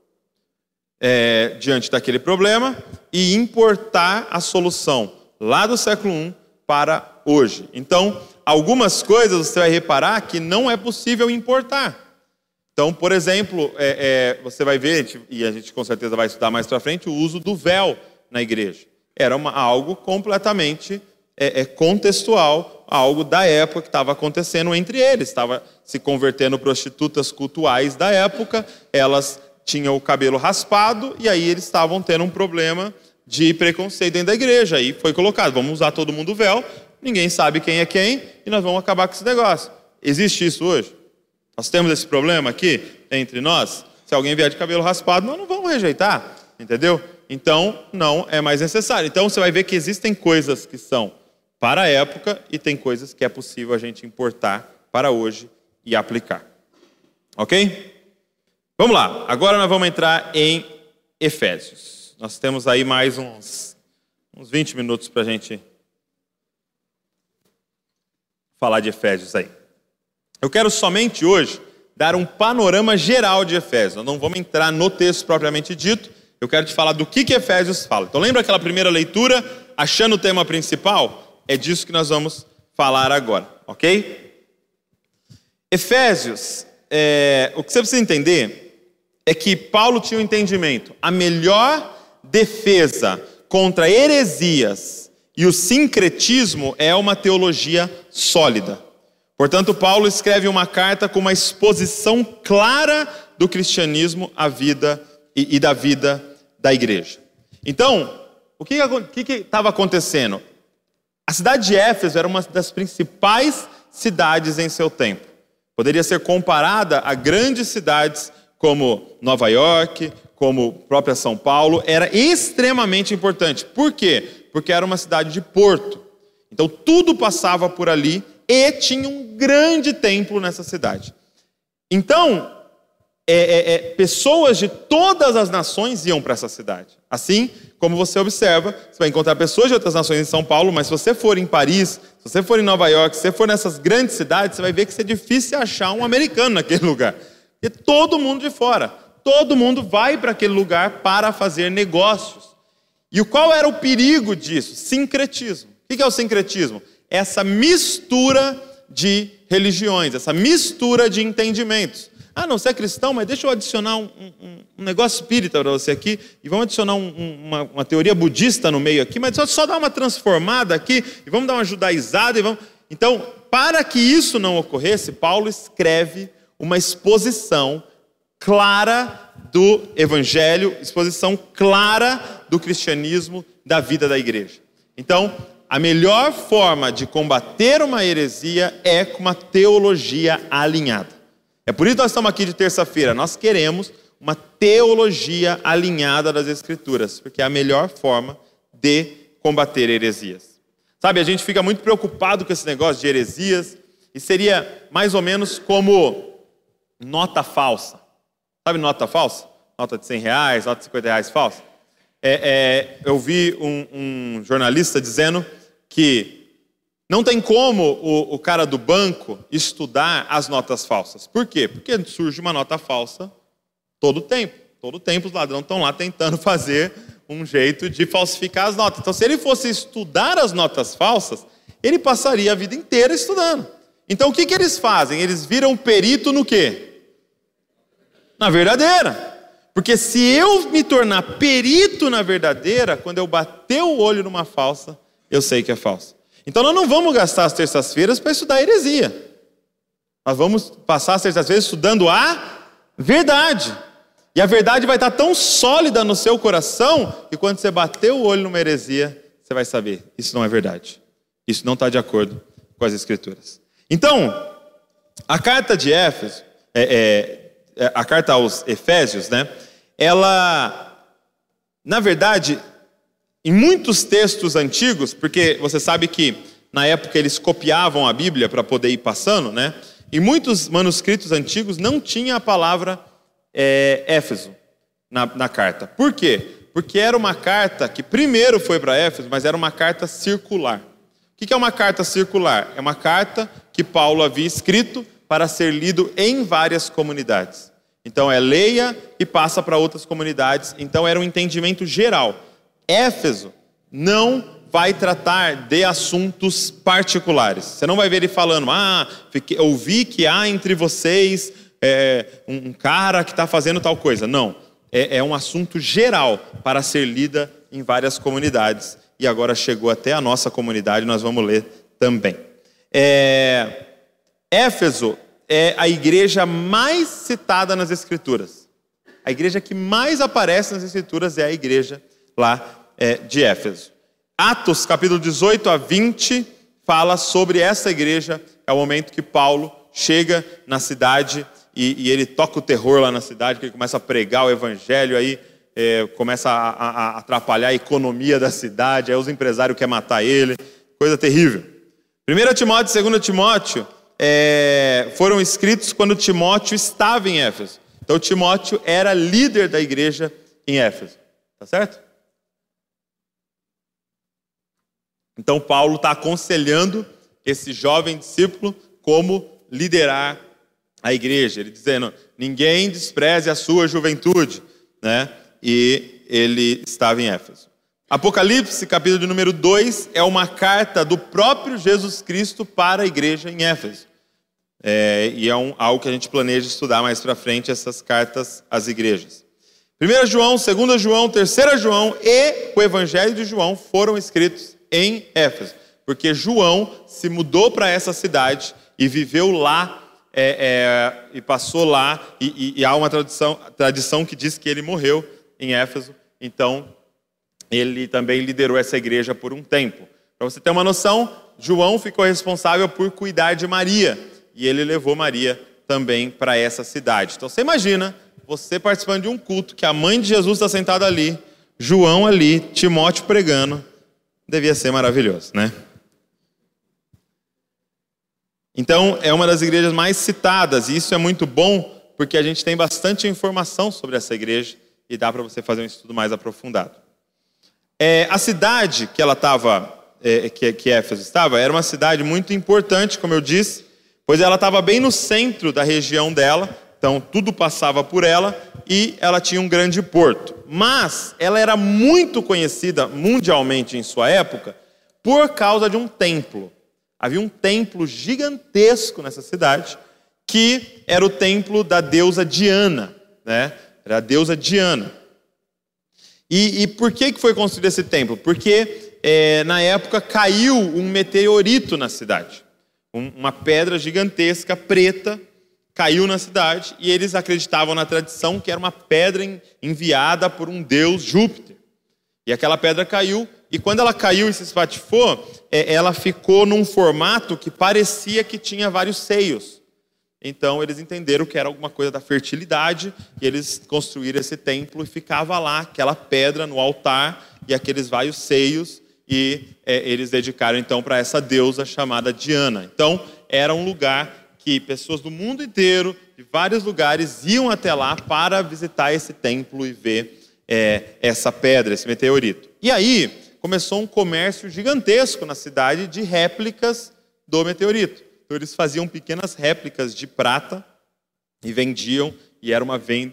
diante daquele problema. E importar a solução lá do século I para hoje. Então, algumas coisas você vai reparar que não é possível importar. Então, por exemplo, você vai ver, e a gente com certeza vai estudar mais para frente, o uso do véu na igreja. Era algo completamente contextual, algo da época que estava acontecendo entre eles. Estava se convertendo prostitutas cultuais da época, elas tinham o cabelo raspado, e aí eles estavam tendo um problema de preconceito dentro da igreja. Aí foi colocado, vamos usar todo mundo o véu, ninguém sabe quem é quem, e nós vamos acabar com esse negócio. Existe isso hoje? Nós temos esse problema aqui entre nós? Se alguém vier de cabelo raspado, nós não vamos rejeitar, entendeu? Então, não é mais necessário. Então, você vai ver que existem coisas que são para a época e tem coisas que é possível a gente importar para hoje e aplicar. Ok? Vamos lá. Agora nós vamos entrar em Efésios. Nós temos aí mais uns 20 minutos para a gente falar de Efésios aí. Eu quero somente hoje dar um panorama geral de Efésios. Nós não vamos entrar no texto propriamente dito. Eu quero te falar do que Efésios fala. Então lembra aquela primeira leitura, achando o tema principal? É disso que nós vamos falar agora, ok? Efésios, o que você precisa entender é que Paulo tinha um entendimento. A melhor defesa contra heresias e o sincretismo é uma teologia sólida. Portanto, Paulo escreve uma carta com uma exposição clara do cristianismo à vida e da vida da igreja. Então, o que estava acontecendo? A cidade de Éfeso era uma das principais cidades em seu tempo. Poderia ser comparada a grandes cidades como Nova York, como própria São Paulo. Era extremamente importante. Por quê? Porque era uma cidade de porto. Então tudo passava por ali e tinha um grande templo nessa cidade. Então, pessoas de todas as nações iam para essa cidade. Assim como você observa, você vai encontrar pessoas de outras nações em São Paulo, mas se você for em Paris, se você for em Nova York, se você for nessas grandes cidades, você vai ver que é difícil achar um americano naquele lugar. Porque todo mundo de fora, todo mundo vai para aquele lugar para fazer negócios. E qual era o perigo disso? Sincretismo. O que é o sincretismo? Essa mistura de religiões, essa mistura de entendimentos. Ah, não, você é cristão, mas deixa eu adicionar um negócio espírita para você aqui, e vamos adicionar uma teoria budista no meio aqui, mas só dar uma transformada aqui, e vamos dar uma judaizada, Então, para que isso não ocorresse, Paulo escreve uma exposição clara do evangelho, exposição clara do cristianismo, da vida da igreja. Então, a melhor forma de combater uma heresia é com uma teologia alinhada. É por isso que nós estamos aqui de terça-feira. Nós queremos uma teologia alinhada das Escrituras, porque é a melhor forma de combater heresias. Sabe, a gente fica muito preocupado com esse negócio de heresias, e seria mais ou menos como nota falsa. Sabe nota falsa? Nota de R$100, nota de R$50 falsa. Eu vi um jornalista dizendo que não tem como o cara do banco estudar as notas falsas. Por quê? Porque surge uma nota falsa todo o tempo. todo o tempo os ladrões estão lá tentando fazer um jeito de falsificar as notas. Então, se ele fosse estudar as notas falsas, ele passaria a vida inteira estudando. Então, o que eles fazem? Eles viram perito no quê? Na verdadeira. Porque se eu me tornar perito na verdadeira, quando eu bater o olho numa falsa, eu sei que é falsa. Então, nós não vamos gastar as terças-feiras para estudar heresia. Nós vamos passar as terças-feiras estudando a verdade. E a verdade vai estar tão sólida no seu coração que quando você bater o olho numa heresia, você vai saber, isso não é verdade. Isso não está de acordo com as Escrituras. Então, a carta de Éfeso, a carta aos Efésios, né? Ela, na verdade, em muitos textos antigos, porque você sabe que na época eles copiavam a Bíblia para poder ir passando, né? Em muitos manuscritos antigos não tinha a palavra Éfeso na carta. Por quê? Porque era uma carta que primeiro foi para Éfeso, mas era uma carta circular. O que é uma carta circular? É uma carta que Paulo havia escrito para ser lido em várias comunidades. Então leia e passa para outras comunidades. Então era um entendimento geral. Éfeso não vai tratar de assuntos particulares. Você não vai ver ele falando, ouvi que há entre vocês um cara que está fazendo tal coisa. Não, é um assunto geral para ser lida em várias comunidades. E agora chegou até a nossa comunidade, nós vamos ler também. Éfeso é a igreja mais citada nas Escrituras. A igreja que mais aparece nas Escrituras é a igreja lá de Éfeso. Atos, capítulo 18 a 20, fala sobre essa igreja. É o momento que Paulo chega na cidade e ele toca o terror lá na cidade, que ele começa a pregar o evangelho, aí começa a atrapalhar a economia da cidade, aí os empresários querem matar ele, coisa terrível. 1 Timóteo e 2 Timóteo foram escritos quando Timóteo estava em Éfeso. Então Timóteo era líder da igreja em Éfeso. Tá certo? Então Paulo está aconselhando esse jovem discípulo como liderar a igreja. Ele dizendo, ninguém despreze a sua juventude, né? E ele estava em Éfeso. Apocalipse, capítulo de número 2, é uma carta do próprio Jesus Cristo para a igreja em Éfeso. E é algo que a gente planeja estudar mais para frente, essas cartas às igrejas. 1 João, 2 João, 3 João e o Evangelho de João foram escritos em Éfeso, porque João se mudou para essa cidade e viveu lá, e passou lá, e há uma tradição que diz que ele morreu em Éfeso, então ele também liderou essa igreja por um tempo. Para você ter uma noção, João ficou responsável por cuidar de Maria, e ele levou Maria também para essa cidade. Então você imagina, você participando de um culto, que a mãe de Jesus está sentada ali, João ali, Timóteo pregando, devia ser maravilhoso, né? Então, é uma das igrejas mais citadas, e isso é muito bom, porque a gente tem bastante informação sobre essa igreja, e dá para você fazer um estudo mais aprofundado. A cidade que ela estava, que Éfeso estava, era uma cidade muito importante, como eu disse, pois ela estava bem no centro da região dela, então tudo passava por ela, e ela tinha um grande porto. Mas ela era muito conhecida mundialmente em sua época por causa de um templo. Havia um templo gigantesco nessa cidade, que era o templo da deusa Diana, né? Era a deusa Diana. E por que foi construído esse templo? Porque na época caiu um meteorito na cidade. Uma pedra gigantesca, preta, caiu na cidade, e eles acreditavam na tradição que era uma pedra enviada por um deus, Júpiter. E aquela pedra caiu, e quando ela caiu e se espatifou, ela ficou num formato que parecia que tinha vários seios. Então eles entenderam que era alguma coisa da fertilidade, e eles construíram esse templo, e ficava lá aquela pedra no altar, e aqueles vários seios, e eles dedicaram então para essa deusa chamada Diana. Então era um lugar que pessoas do mundo inteiro, de vários lugares, iam até lá para visitar esse templo e ver essa pedra, esse meteorito. E aí começou um comércio gigantesco na cidade de réplicas do meteorito. Então eles faziam pequenas réplicas de prata e vendiam, e era uma venda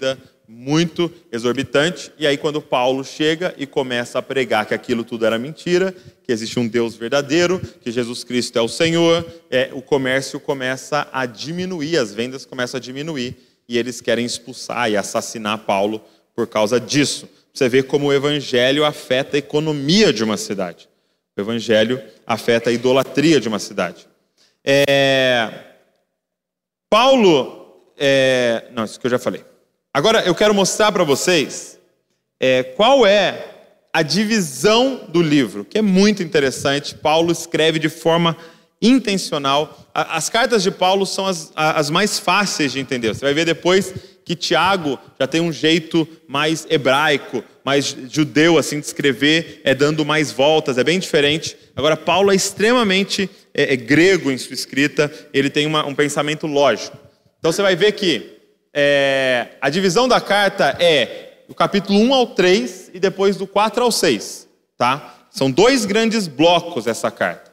muito exorbitante. E aí quando Paulo chega e começa a pregar que aquilo tudo era mentira, que existe um Deus verdadeiro, que Jesus Cristo é o Senhor, o comércio começa a diminuir, as vendas começam a diminuir, e eles querem expulsar e assassinar Paulo por causa disso. Você vê como o evangelho afeta a economia de uma cidade. O evangelho afeta a idolatria de uma cidade. Paulo... não, isso que eu já falei. Agora eu quero mostrar para vocês qual é a divisão do livro, que é muito interessante. Paulo escreve de forma intencional. As cartas de Paulo são as mais fáceis de entender. Você vai ver depois que Tiago já tem um jeito mais hebraico, mais judeu assim de escrever, dando mais voltas, é bem diferente. Agora Paulo é extremamente grego em sua escrita, ele tem um pensamento lógico. Então você vai ver que a divisão da carta é do capítulo 1 ao 3 e depois do 4 ao 6, tá? São dois grandes blocos essa carta.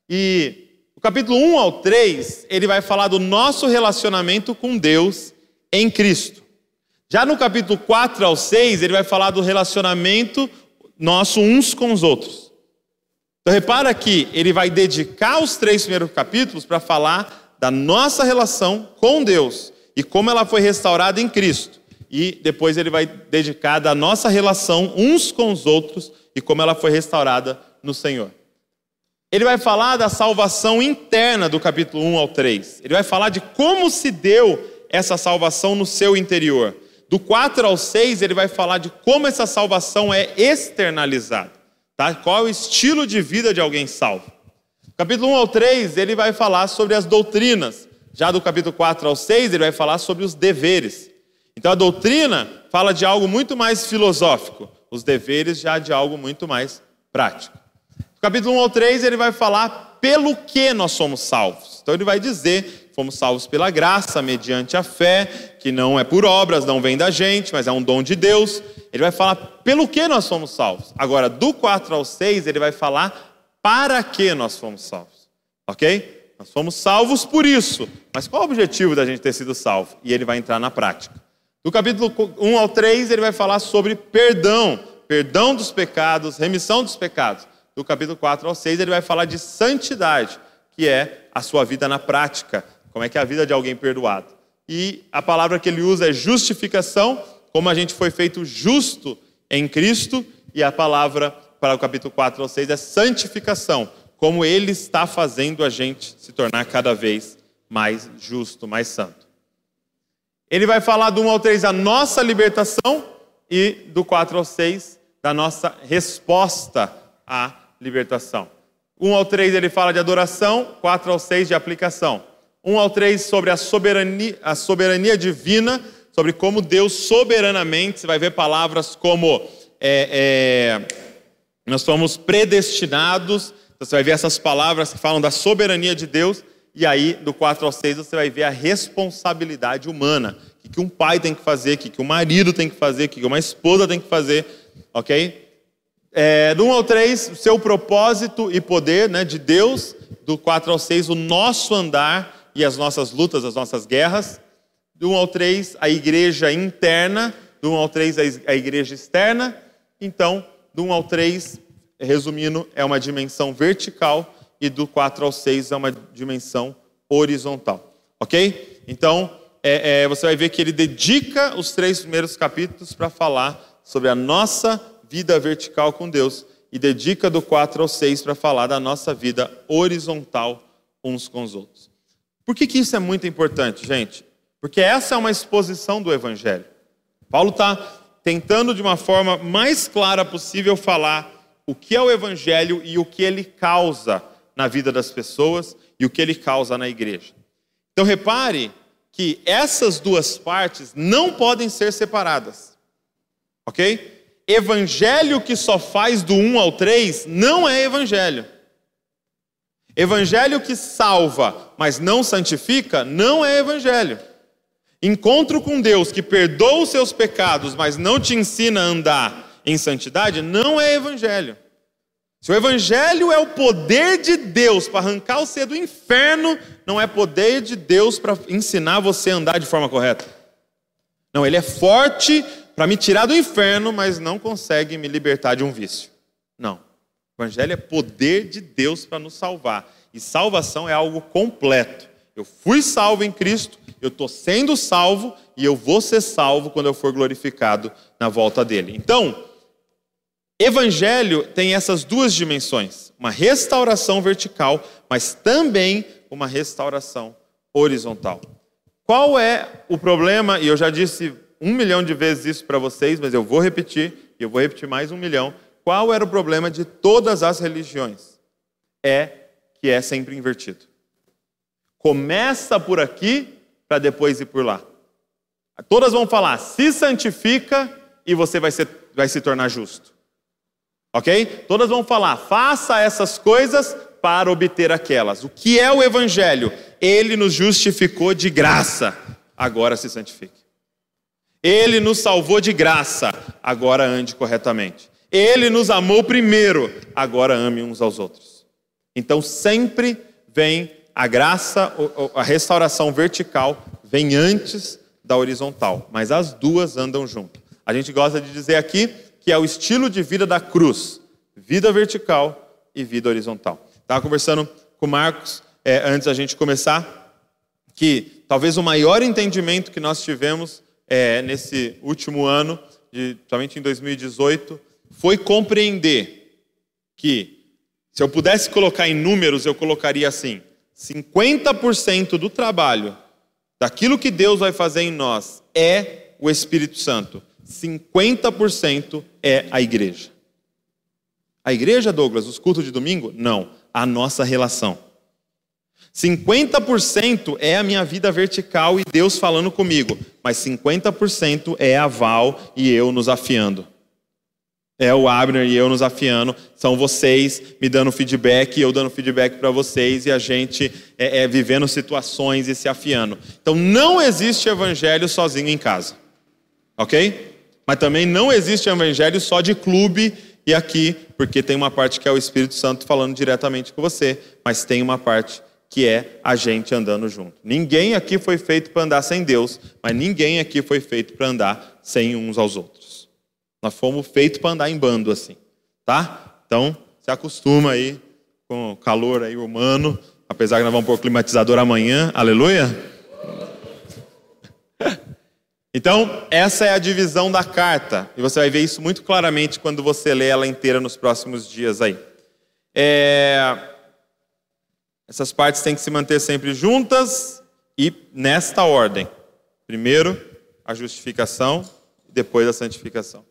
E o capítulo 1 ao 3, ele vai falar do nosso relacionamento com Deus em Cristo. Já no capítulo 4 ao 6, ele vai falar do relacionamento nosso uns com os outros. Então repara que ele vai dedicar os 3 primeiros capítulos para falar da nossa relação com Deus e como ela foi restaurada em Cristo. E depois ele vai dedicar da nossa relação uns com os outros e como ela foi restaurada no Senhor. Ele vai falar da salvação interna do capítulo 1 ao 3. Ele vai falar de como se deu essa salvação no seu interior. Do 4 ao 6, ele vai falar de como essa salvação é externalizada. Tá? Qual é o estilo de vida de alguém salvo. Capítulo 1 ao 3, ele vai falar sobre as doutrinas. Já do capítulo 4 ao 6, ele vai falar sobre os deveres. Então a doutrina fala de algo muito mais filosófico. Os deveres já de algo muito mais prático. Do capítulo 1 ao 3, ele vai falar pelo que nós somos salvos. Então ele vai dizer que fomos salvos pela graça, mediante a fé, que não é por obras, não vem da gente, mas é um dom de Deus. Ele vai falar pelo que nós somos salvos. Agora, do 4 ao 6, ele vai falar para que nós fomos salvos. Ok? Nós fomos salvos por isso. Mas qual é o objetivo da gente ter sido salvo? E ele vai entrar na prática. Do capítulo 1 ao 3, ele vai falar sobre perdão. Perdão dos pecados, remissão dos pecados. Do capítulo 4 ao 6, ele vai falar de santidade, que é a sua vida na prática. Como é que é a vida de alguém perdoado. E a palavra que ele usa é justificação, como a gente foi feito justo em Cristo. E a palavra para o capítulo 4 ao 6 é santificação, como ele está fazendo a gente se tornar cada vez mais justo, mais santo. Ele vai falar do 1 ao 3 da nossa libertação e do 4 ao 6 da nossa resposta à libertação. 1 ao 3 ele fala de adoração, 4 ao 6 de aplicação. 1 ao 3 sobre a soberania divina, sobre como Deus soberanamente, você vai ver palavras como nós somos predestinados, então você vai ver essas palavras que falam da soberania de Deus, e aí do 4 ao 6 você vai ver a responsabilidade humana, o que um pai tem que fazer, o que um marido tem que fazer, o que uma esposa tem que fazer, ok? Do 1 ao 3, o seu propósito e poder, né, de Deus. Do 4 ao 6, o nosso andar e as nossas lutas, as nossas guerras. Do 1 ao 3, a igreja interna. Do 1 ao 3, a igreja externa. Então, do 1 ao 3, resumindo, é uma dimensão vertical. E do 4 ao 6 é uma dimensão horizontal. Ok? Então, você vai ver que ele dedica os 3 primeiros capítulos para falar sobre a nossa vida vertical com Deus, e dedica do 4 ao 6 para falar da nossa vida horizontal uns com os outros. Por que isso é muito importante, gente? Porque essa é uma exposição do Evangelho. Paulo está tentando de uma forma mais clara possível falar o que é o Evangelho e o que ele causa na vida das pessoas e o que ele causa na igreja. Então repare que essas duas partes não podem ser separadas. Ok? Evangelho que só faz do 1 ao 3 não é evangelho. Evangelho que salva, mas não santifica, não é evangelho. Encontro com Deus que perdoa os seus pecados, mas não te ensina a andar em santidade, não é evangelho. Se o evangelho é o poder de Deus para arrancar você do inferno, não é poder de Deus para ensinar você a andar de forma correta. Não, ele é forte para me tirar do inferno, mas não consegue me libertar de um vício. Não. O evangelho é poder de Deus para nos salvar. E salvação é algo completo. Eu fui salvo em Cristo, eu estou sendo salvo e eu vou ser salvo quando eu for glorificado na volta dele. Então, evangelho tem essas duas dimensões. Uma restauração vertical, mas também uma restauração horizontal. Qual é o problema? E eu já disse 1 milhão de vezes isso para vocês, mas eu vou repetir, e eu vou repetir mais 1 milhão. Qual era o problema de todas as religiões? Que é sempre invertido. Começa por aqui para depois ir por lá. Todas vão falar, se santifica e você vai se tornar justo. Ok? Todas vão falar, faça essas coisas para obter aquelas. O que é o evangelho? Ele nos justificou de graça, agora se santifique. Ele nos salvou de graça, agora ande corretamente. Ele nos amou primeiro, agora ame uns aos outros. Então sempre vem a graça, a restauração vertical vem antes da horizontal, mas as duas andam junto. A gente gosta de dizer aqui que é o estilo de vida da cruz, vida vertical e vida horizontal. Estava conversando com o Marcos antes da gente começar, que talvez o maior entendimento que nós tivemos nesse último ano, principalmente em 2018, foi compreender que, se eu pudesse colocar em números, eu colocaria assim, 50% do trabalho, daquilo que Deus vai fazer em nós, é o Espírito Santo. 50% é a igreja. A igreja, Douglas, os cultos de domingo? Não, a nossa relação. 50% é a minha vida vertical e Deus falando comigo, mas 50% é a Val e eu nos afiando. É o Abner e eu nos afiando, são vocês me dando feedback e eu dando feedback para vocês e a gente vivendo situações e se afiando. Então não existe evangelho sozinho em casa, ok? Mas também não existe evangelho só de clube e aqui, porque tem uma parte que é o Espírito Santo falando diretamente com você, mas tem uma parte que é a gente andando junto. Ninguém aqui foi feito para andar sem Deus, mas ninguém aqui foi feito para andar sem uns aos outros. Nós fomos feitos para andar em bando assim, tá? Então, se acostuma aí com o calor aí humano, apesar que nós vamos pôr climatizador amanhã, aleluia? Então, essa é a divisão da carta, e você vai ver isso muito claramente quando você lê ela inteira nos próximos dias aí. Essas partes têm que se manter sempre juntas e nesta ordem. Primeiro, a justificação, depois a santificação.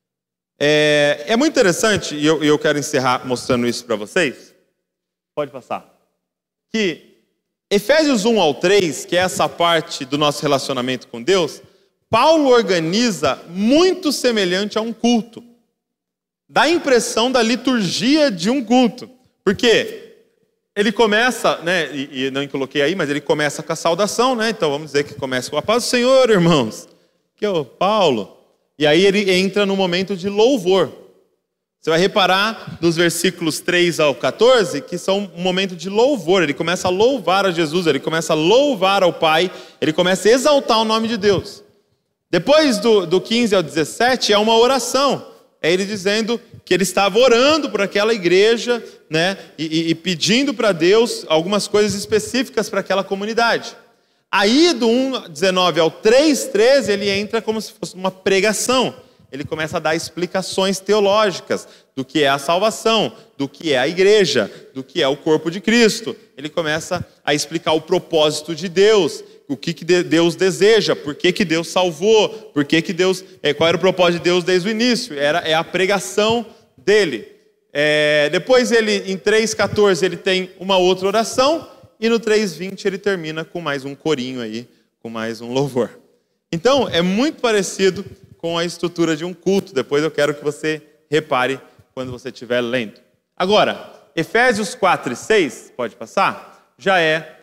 É muito interessante, e eu quero encerrar mostrando isso para vocês. Pode passar. Que Efésios 1 ao 3, que é essa parte do nosso relacionamento com Deus, Paulo organiza muito semelhante a um culto. Dá a impressão da liturgia de um culto. Porque ele começa, né, e não coloquei aí, mas ele começa com a saudação, né? Então vamos dizer que começa com a paz do Senhor, irmãos. Que é o Paulo. E aí ele entra no momento de louvor. Você vai reparar dos versículos 3 ao 14 que são um momento de louvor. Ele começa a louvar a Jesus, ele começa a louvar ao Pai, ele começa a exaltar o nome de Deus. Depois do 15 ao 17 é uma oração. É ele dizendo que ele estava orando por aquela igreja, né, e pedindo para Deus algumas coisas específicas para aquela comunidade. Aí do 1:19 ao 3:13 ele entra como se fosse uma pregação. Ele começa a dar explicações teológicas do que é a salvação, do que é a igreja, do que é o corpo de Cristo. Ele começa a explicar o propósito de Deus, o que Deus deseja, por que Deus salvou, qual era o propósito de Deus desde o início. É a pregação dele. Depois ele, em 3:14, ele tem uma outra oração. E no 3:20 ele termina com mais um corinho aí, com mais um louvor. Então, é muito parecido com a estrutura de um culto. Depois eu quero que você repare quando você estiver lendo. Agora, Efésios 4 e 6, pode passar, já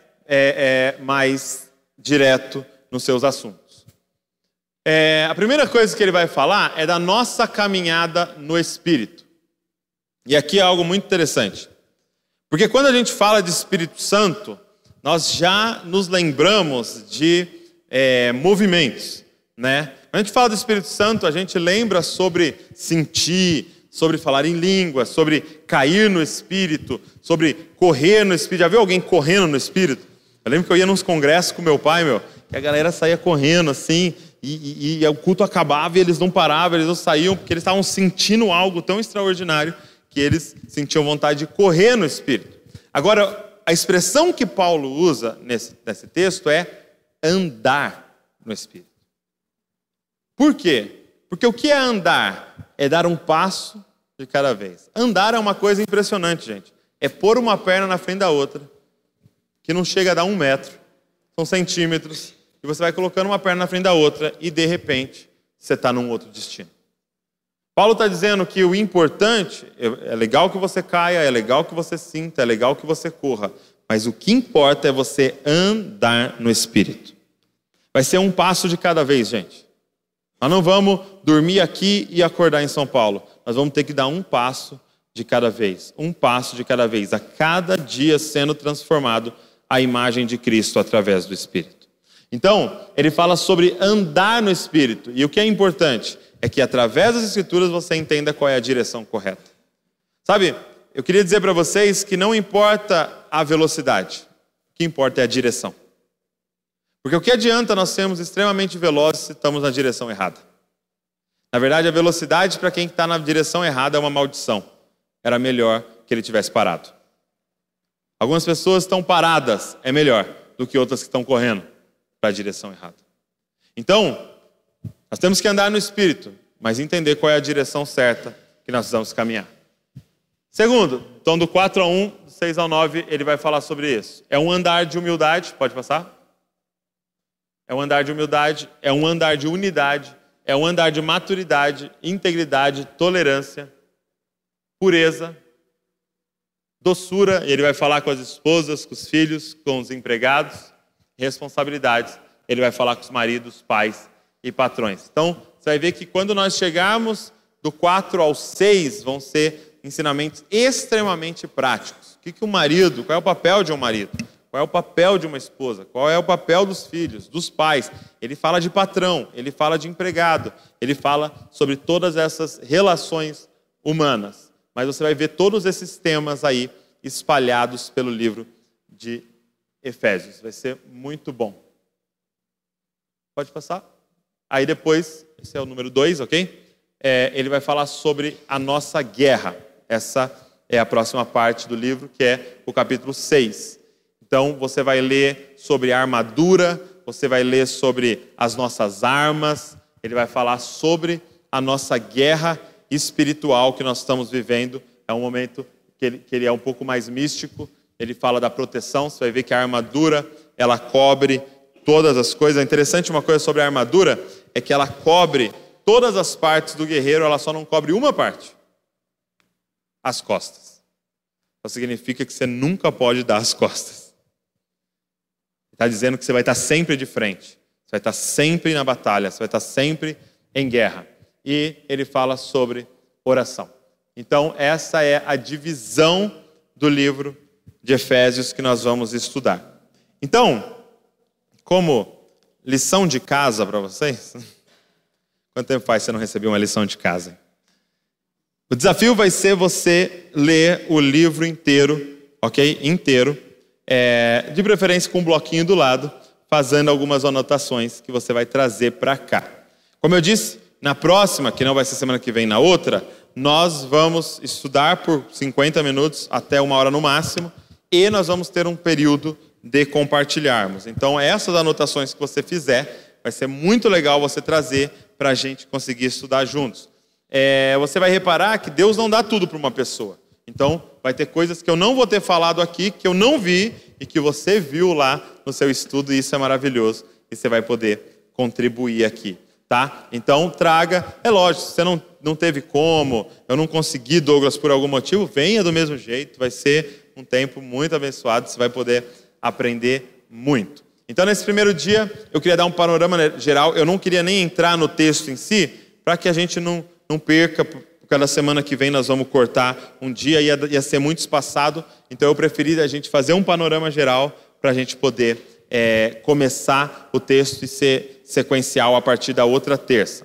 é mais direto nos seus assuntos. A primeira coisa que ele vai falar é da nossa caminhada no Espírito. E aqui é algo muito interessante. Porque quando a gente fala de Espírito Santo, nós já nos lembramos de movimentos. né? Quando a gente fala do Espírito Santo, a gente lembra sobre sentir, sobre falar em língua, sobre cair no Espírito, sobre correr no Espírito. Já viu alguém correndo no Espírito? Eu lembro que eu ia nos congressos com meu pai, e a galera saía correndo assim, e o culto acabava e eles não paravam, eles não saíam, porque eles estavam sentindo algo tão extraordinário que eles sentiam vontade de correr no Espírito. Agora, a expressão que Paulo usa nesse texto é andar no Espírito. Por quê? Porque o que é andar? É dar um passo de cada vez. Andar é uma coisa impressionante, gente. É pôr uma perna na frente da outra, que não chega a dar 1 metro, são centímetros, e você vai colocando uma perna na frente da outra, e de repente, você está num outro destino. Paulo está dizendo que o importante, é legal que você caia, é legal que você sinta, é legal que você corra, mas o que importa é você andar no Espírito. Vai ser um passo de cada vez, gente. Nós não vamos dormir aqui e acordar em São Paulo. Nós vamos ter que dar um passo de cada vez. Um passo de cada vez. A cada dia sendo transformado à imagem de Cristo através do Espírito. Então, ele fala sobre andar no Espírito. E o que é importante é que através das Escrituras você entenda qual é a direção correta. Sabe, eu queria dizer para vocês que não importa a velocidade. O que importa é a direção. Porque o que adianta nós sermos extremamente velozes se estamos na direção errada? Na verdade, a velocidade para quem está na direção errada é uma maldição. Era melhor que ele tivesse parado. Algumas pessoas estão paradas, é melhor do que outras que estão correndo para a direção errada. Então, nós temos que andar no Espírito, mas entender qual é a direção certa que nós precisamos caminhar. Segundo, então do 4-1, do 6-9, ele vai falar sobre isso. É um andar de humildade, pode passar? É um andar de humildade, é um andar de unidade, é um andar de maturidade, integridade, tolerância, pureza, doçura. Ele vai falar com as esposas, com os filhos, com os empregados, responsabilidades. Ele vai falar com os maridos, pais e patrões. Então, você vai ver que quando nós chegarmos do 4 ao 6, vão ser ensinamentos extremamente práticos. O que o marido, qual é o papel de um marido? Qual é o papel de uma esposa? Qual é o papel dos filhos, dos pais? Ele fala de patrão, ele fala de empregado, ele fala sobre todas essas relações humanas. Mas você vai ver todos esses temas aí espalhados pelo livro de Efésios. Vai ser muito bom. Pode passar? Aí depois, esse é o número 2, ok? Ele vai falar sobre a nossa guerra. Essa é a próxima parte do livro, que é o capítulo 6. Então, você vai ler sobre a armadura, você vai ler sobre as nossas armas, ele vai falar sobre a nossa guerra espiritual que nós estamos vivendo. É um momento que ele é um pouco mais místico, ele fala da proteção, você vai ver que a armadura, ela cobre todas as coisas. É interessante uma coisa sobre a armadura, é que ela cobre todas as partes do guerreiro, ela só não cobre uma parte, as costas. Isso significa que você nunca pode dar as costas. Está dizendo que você vai estar sempre de frente, você vai estar sempre na batalha, você vai estar sempre em guerra. E ele fala sobre oração. Então, essa é a divisão do livro de Efésios que nós vamos estudar. Então, como lição de casa para vocês, quanto tempo faz que você não recebeu uma lição de casa? O desafio vai ser você ler o livro inteiro, ok? Inteiro. De preferência com um bloquinho do lado, fazendo algumas anotações que você vai trazer para cá. Como eu disse, na próxima, que não vai ser semana que vem, na outra, nós vamos estudar por 50 minutos até 1 hora no máximo, e nós vamos ter um período de compartilharmos. Então, essas anotações que você fizer, vai ser muito legal você trazer para a gente conseguir estudar juntos. Você vai reparar que Deus não dá tudo para uma pessoa. Então, vai ter coisas que eu não vou ter falado aqui, que eu não vi e que você viu lá no seu estudo, e isso é maravilhoso. E você vai poder contribuir aqui, tá? Então, traga. É lógico, se você não teve como, eu não consegui, Douglas, por algum motivo, venha do mesmo jeito. Vai ser um tempo muito abençoado, você vai poder aprender muito. Então, nesse primeiro dia, eu queria dar um panorama geral. Eu não queria nem entrar no texto em si, para que a gente não perca. Cada semana que vem nós vamos cortar um dia, ia ser muito espaçado, então eu preferi a gente fazer um panorama geral para a gente poder começar o texto e ser sequencial a partir da outra terça.